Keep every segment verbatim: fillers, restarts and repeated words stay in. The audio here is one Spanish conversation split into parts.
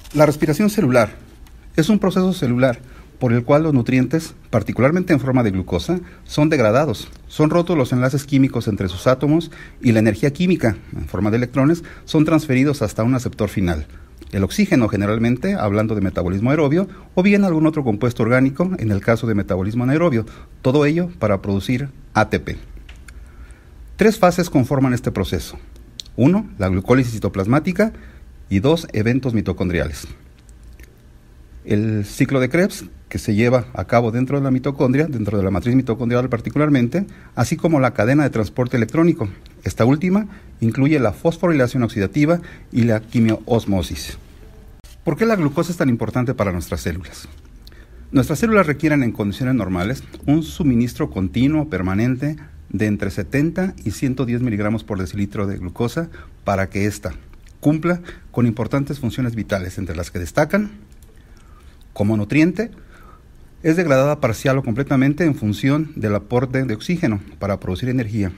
La respiración celular es un proceso celular por el cual los nutrientes, particularmente en forma de glucosa, son degradados. Son rotos los enlaces químicos entre sus átomos y la energía química, en forma de electrones, son transferidos hasta un aceptor final. El oxígeno, generalmente, hablando de metabolismo aerobio, o bien algún otro compuesto orgánico, en el caso de metabolismo anaerobio. Todo ello para producir A T P. Tres fases conforman este proceso. Uno, la glucólisis citoplasmática, y dos, eventos mitocondriales. El ciclo de Krebs, que se lleva a cabo dentro de la mitocondria, dentro de la matriz mitocondrial particularmente, así como la cadena de transporte electrónico. Esta última incluye la fosforilación oxidativa y la quimioósmosis. ¿Por qué la glucosa es tan importante para nuestras células? Nuestras células requieren en condiciones normales un suministro continuo, permanente, de entre setenta y ciento diez miligramos por decilitro de glucosa para que ésta cumpla con importantes funciones vitales, entre las que destacan: como nutriente, es degradada parcial o completamente en función del aporte de oxígeno para producir energía.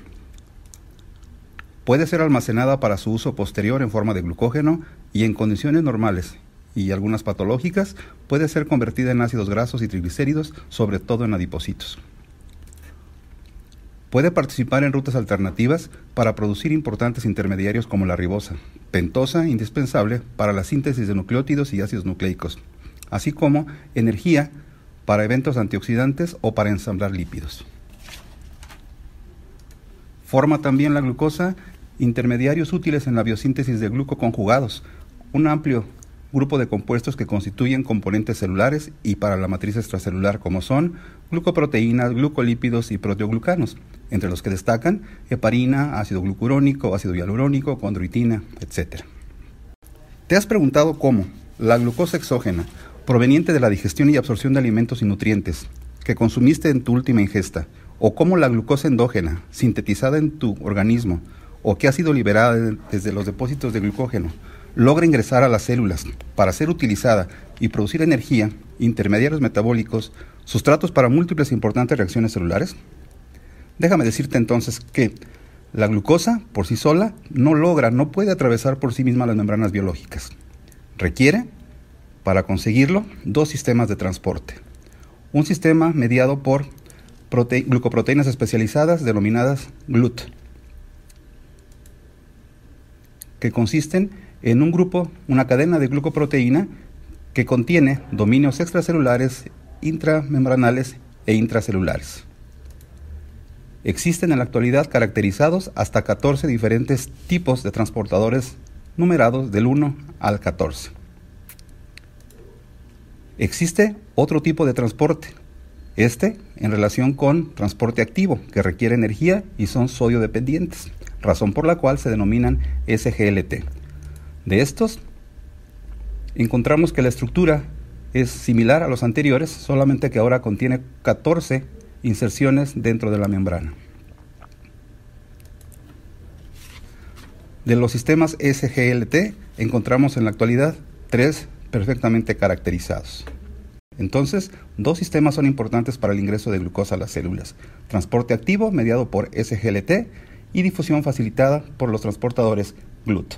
Puede ser almacenada para su uso posterior en forma de glucógeno y en condiciones normales y algunas patológicas puede ser convertida en ácidos grasos y triglicéridos, sobre todo en adipocitos. Puede participar en rutas alternativas para producir importantes intermediarios como la ribosa, pentosa indispensable para la síntesis de nucleótidos y ácidos nucleicos, así como energía para eventos antioxidantes o para ensamblar lípidos. Forma también la glucosa intermediarios útiles en la biosíntesis de glucoconjugados, un amplio grupo de compuestos que constituyen componentes celulares y para la matriz extracelular, como son glucoproteínas, glucolípidos y proteoglucanos, entre los que destacan heparina, ácido glucurónico, ácido hialurónico, condroitina, etcétera. ¿Te has preguntado cómo la glucosa exógena, proveniente de la digestión y absorción de alimentos y nutrientes que consumiste en tu última ingesta, o cómo la glucosa endógena, sintetizada en tu organismo o que ha sido liberada desde los depósitos de glucógeno, logra ingresar a las células para ser utilizada y producir energía, intermediarios metabólicos, sustratos para múltiples e importantes reacciones celulares? Déjame decirte entonces que la glucosa por sí sola no logra, no puede atravesar por sí misma las membranas biológicas. Requiere, para conseguirlo, dos sistemas de transporte. Un sistema mediado por prote- glucoproteínas especializadas denominadas G L U T, que consisten en un grupo, una cadena de glucoproteína que contiene dominios extracelulares, intramembranales e intracelulares. Existen en la actualidad caracterizados hasta catorce diferentes tipos de transportadores numerados del uno al catorce. Existe otro tipo de transporte, este en relación con transporte activo, que requiere energía y son sodio dependientes, razón por la cual se denominan S G L T. De estos, encontramos que la estructura es similar a los anteriores, solamente que ahora contiene catorce inserciones dentro de la membrana. De los sistemas S G L T encontramos en la actualidad tres perfectamente caracterizados. Entonces, dos sistemas son importantes para el ingreso de glucosa a las células: transporte activo mediado por S G L T y difusión facilitada por los transportadores G L U T.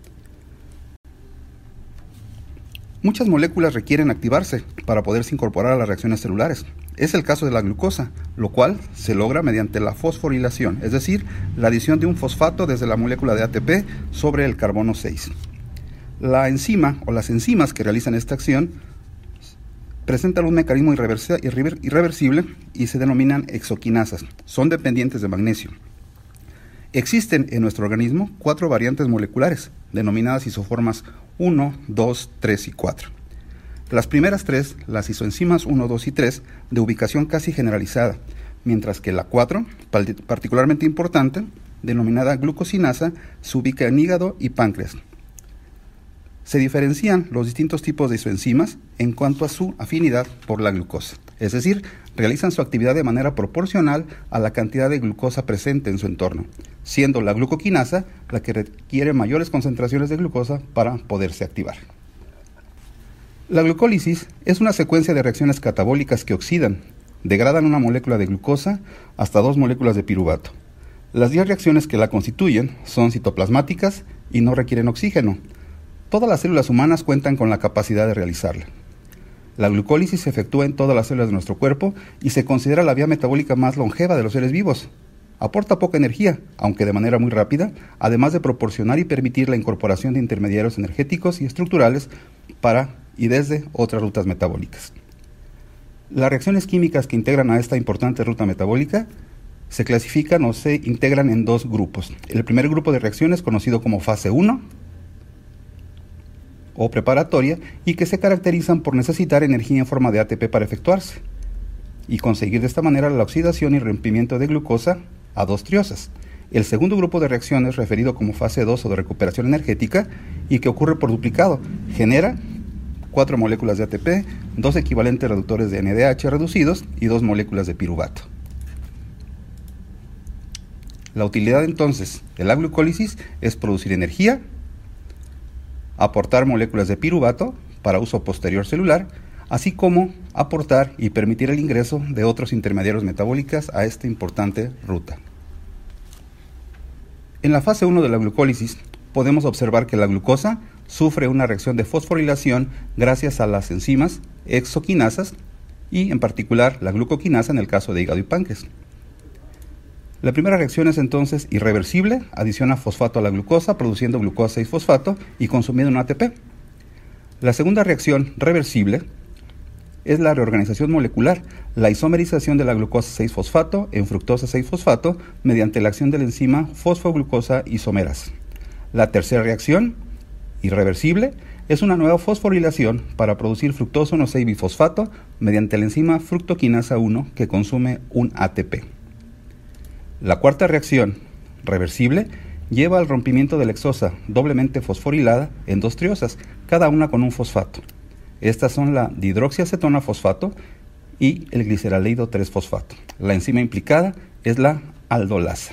Muchas moléculas requieren activarse para poderse incorporar a las reacciones celulares. Es el caso de la glucosa, lo cual se logra mediante la fosforilación, es decir, la adición de un fosfato desde la molécula de A T P sobre el carbono seis. La enzima o las enzimas que realizan esta acción presentan un mecanismo irreversible y se denominan exoquinasas. Son dependientes de magnesio. Existen en nuestro organismo cuatro variantes moleculares, denominadas isoformas uno, dos, tres y cuatro. Las primeras tres, las isoenzimas uno, dos y tres, de ubicación casi generalizada, mientras que la cuatro, particularmente importante, denominada glucosinasa, se ubica en hígado y páncreas. Se diferencian los distintos tipos de isoenzimas en cuanto a su afinidad por la glucosa, es decir, realizan su actividad de manera proporcional a la cantidad de glucosa presente en su entorno, siendo la glucoquinasa la que requiere mayores concentraciones de glucosa para poderse activar. La glucólisis es una secuencia de reacciones catabólicas que oxidan, degradan una molécula de glucosa hasta dos moléculas de piruvato. Las diez reacciones que la constituyen son citoplasmáticas y no requieren oxígeno. Todas las células humanas cuentan con la capacidad de realizarla. La glucólisis se efectúa en todas las células de nuestro cuerpo y se considera la vía metabólica más longeva de los seres vivos. Aporta poca energía, aunque de manera muy rápida, además de proporcionar y permitir la incorporación de intermediarios energéticos y estructurales para y desde otras rutas metabólicas. Las reacciones químicas que integran a esta importante ruta metabólica se clasifican o se integran en dos grupos. El primer grupo de reacciones, conocido como fase uno o preparatoria, y que se caracterizan por necesitar energía en forma de A T P para efectuarse y conseguir de esta manera la oxidación y rompimiento de glucosa a dos triosas. El segundo grupo de reacciones, referido como fase dos o de recuperación energética, y que ocurre por duplicado, genera cuatro moléculas de A T P, dos equivalentes reductores de N A D H reducidos y dos moléculas de piruvato. La utilidad entonces de la glucólisis es producir energía, aportar moléculas de piruvato para uso posterior celular, así como aportar y permitir el ingreso de otros intermediarios metabólicos a esta importante ruta. En la fase uno de la glucólisis podemos observar que la glucosa sufre una reacción de fosforilación gracias a las enzimas exoquinasas y en particular la glucoquinasa en el caso de hígado y páncreas. La primera reacción es entonces irreversible, adiciona fosfato a la glucosa produciendo glucosa seis fosfato y consumiendo un A T P. La segunda reacción reversible es la reorganización molecular, la isomerización de la glucosa seis fosfato en fructosa seis fosfato mediante la acción de la enzima fosfoglucosa isomerasa. La tercera reacción, irreversible, es una nueva fosforilación para producir fructosa uno seis bifosfato mediante la enzima fructoquinasa uno que consume un A T P. La cuarta reacción, reversible, lleva al rompimiento de la hexosa doblemente fosforilada en dos triosas, cada una con un fosfato. Estas son la dihidroxiacetona fosfato y el gliceraldehído tres fosfato. La enzima implicada es la aldolasa.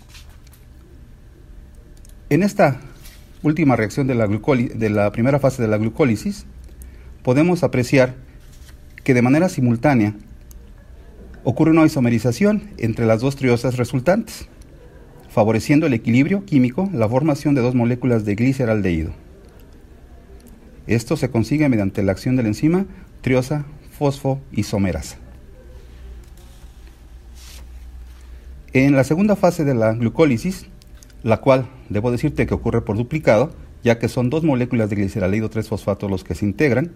En esta última reacción de la, de la primera fase de la glucólisis, podemos apreciar que de manera simultánea ocurre una isomerización entre las dos triosas resultantes, favoreciendo el equilibrio químico, la formación de dos moléculas de gliceraldehído. Esto se consigue mediante la acción de la enzima triosa fosfoisomerasa. En la segunda fase de la glucólisis, la cual debo decirte que ocurre por duplicado, ya que son dos moléculas de gliceraldehído tres fosfato los que se integran,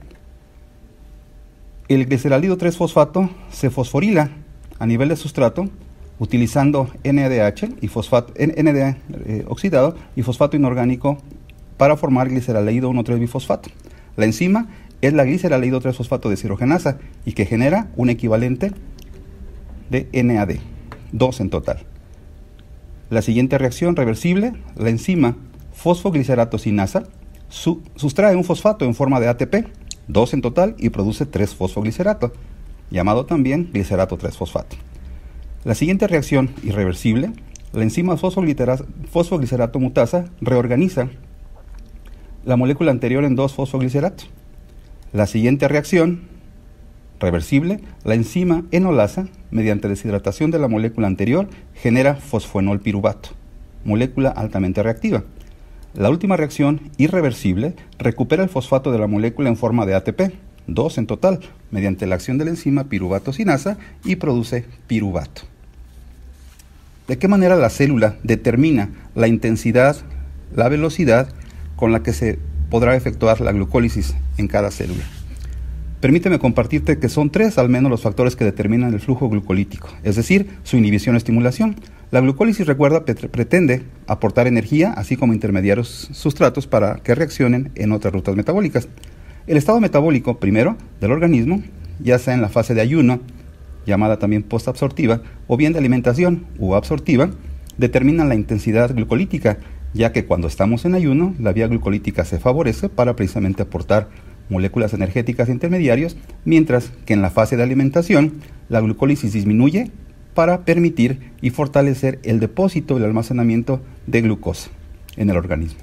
el gliceraldehído tres fosfato se fosforila a nivel de sustrato utilizando N A D H y fosfato, N A D eh, oxidado y fosfato inorgánico para formar gliceraldehído uno tres bifosfato. La enzima es la gliceraldehído tres fosfato deshidrogenasa y que genera un equivalente de N A D, dos en total. La siguiente reacción reversible, la enzima fosfoglicerato-sinasa su, sustrae un fosfato en forma de A T P, dos en total, y produce tres fosfoglicerato, llamado también glicerato tres fosfato. La siguiente reacción irreversible, la enzima fosfoglicerato mutasa reorganiza la molécula anterior en dos fosfoglicerato. La siguiente reacción reversible, la enzima enolasa, mediante deshidratación de la molécula anterior, genera fosfoenol piruvato, molécula altamente reactiva. La última reacción, irreversible, recupera el fosfato de la molécula en forma de A T P, dos en total, mediante la acción de la enzima piruvato-sinasa y produce piruvato. ¿De qué manera la célula determina la intensidad, la velocidad con la que se podrá efectuar la glucólisis en cada célula? Permíteme compartirte que son tres al menos los factores que determinan el flujo glucolítico, es decir, su inhibición o estimulación. La glucólisis, recuerda, pretende aportar energía, así como intermediarios sustratos para que reaccionen en otras rutas metabólicas. El estado metabólico, primero, del organismo, ya sea en la fase de ayuno, llamada también postabsortiva, o bien de alimentación u absortiva, determinan la intensidad glucolítica, ya que cuando estamos en ayuno, la vía glucolítica se favorece para precisamente aportar moléculas energéticas intermediarios, mientras que en la fase de alimentación, la glucólisis disminuye para permitir y fortalecer el depósito y el almacenamiento de glucosa en el organismo.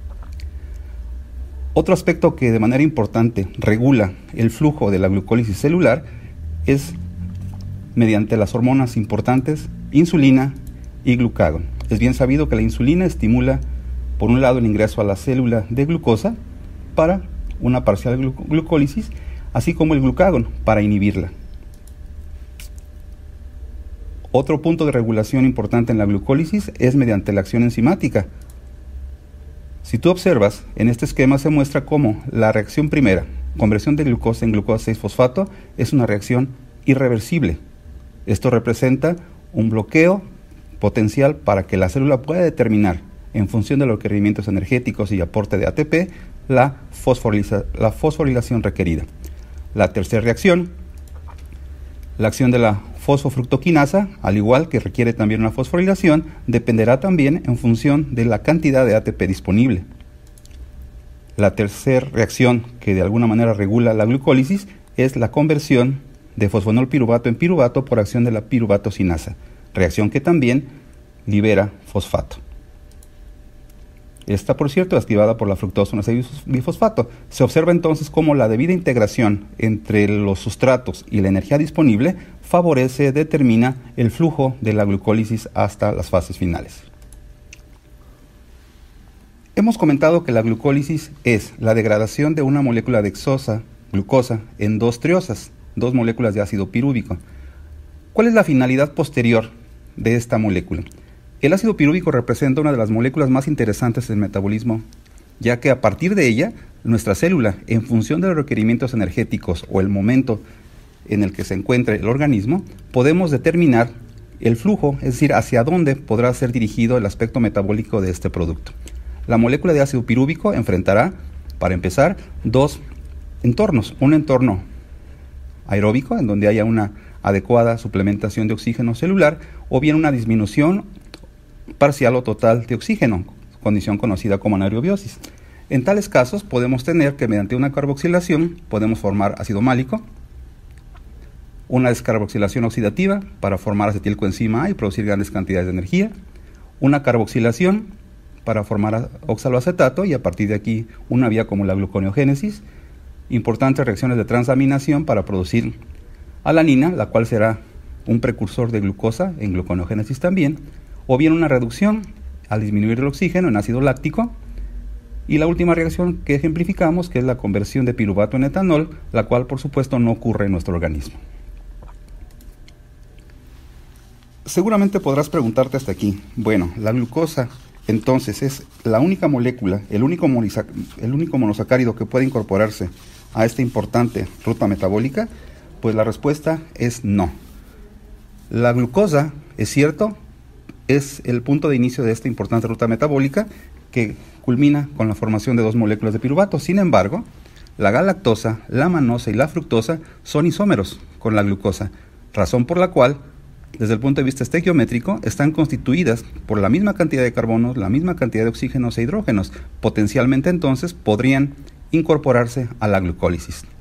Otro aspecto que de manera importante regula el flujo de la glucólisis celular es mediante las hormonas importantes insulina y glucagón. Es bien sabido que la insulina estimula, por un lado, el ingreso a la célula de glucosa para una parcial glu- glucólisis, así como el glucagón para inhibirla. Otro punto de regulación importante en la glucólisis es mediante la acción enzimática. Si tú observas, en este esquema se muestra cómo la reacción primera, conversión de glucosa en glucosa seis fosfato, es una reacción irreversible. Esto representa un bloqueo potencial para que la célula pueda determinar, en función de los requerimientos energéticos y aporte de A T P, la, fosforiliza- la fosforilación requerida. La tercera reacción, la acción de la fosfofructoquinasa, al igual que requiere también una fosforilación, dependerá también en función de la cantidad de A T P disponible. La tercera reacción que de alguna manera regula la glucólisis es la conversión de fosfonolpiruvato en piruvato por acción de la piruvatocinasa, reacción que también libera fosfato. Esta, por cierto, es activada por la fructosa uno seis bifosfato. Se observa entonces cómo la debida integración entre los sustratos y la energía disponible favorece, determina el flujo de la glucólisis hasta las fases finales. Hemos comentado que la glucólisis es la degradación de una molécula de hexosa, glucosa, en dos triosas, dos moléculas de ácido pirúvico. ¿Cuál es la finalidad posterior de esta molécula? El ácido pirúvico representa una de las moléculas más interesantes del metabolismo, ya que a partir de ella, nuestra célula, en función de los requerimientos energéticos o el momento en el que se encuentre el organismo, podemos determinar el flujo, es decir, hacia dónde podrá ser dirigido el aspecto metabólico de este producto. La molécula de ácido pirúvico enfrentará, para empezar, dos entornos. Un entorno aeróbico, en donde haya una adecuada suplementación de oxígeno celular, o bien una disminución parcial o total de oxígeno, condición conocida como anaerobiosis. En tales casos podemos tener que mediante una carboxilación podemos formar ácido málico, una descarboxilación oxidativa para formar acetilcoenzima A y producir grandes cantidades de energía, una carboxilación para formar oxaloacetato y a partir de aquí una vía como la gluconeogénesis, importantes reacciones de transaminación para producir alanina, la cual será un precursor de glucosa en gluconeogénesis también, o bien una reducción al disminuir el oxígeno en ácido láctico, y la última reacción que ejemplificamos, que es la conversión de piruvato en etanol, la cual por supuesto no ocurre en nuestro organismo. Seguramente podrás preguntarte hasta aquí, bueno, la glucosa entonces es la única molécula, el único, el único monosacárido que puede incorporarse a esta importante ruta metabólica. Pues la respuesta es no. La glucosa, es cierto, es el punto de inicio de esta importante ruta metabólica que culmina con la formación de dos moléculas de piruvato. Sin embargo, la galactosa, la manosa y la fructosa son isómeros con la glucosa, razón por la cual, desde el punto de vista estequiométrico, están constituidas por la misma cantidad de carbonos, la misma cantidad de oxígenos e hidrógenos. Potencialmente entonces podrían incorporarse a la glucólisis.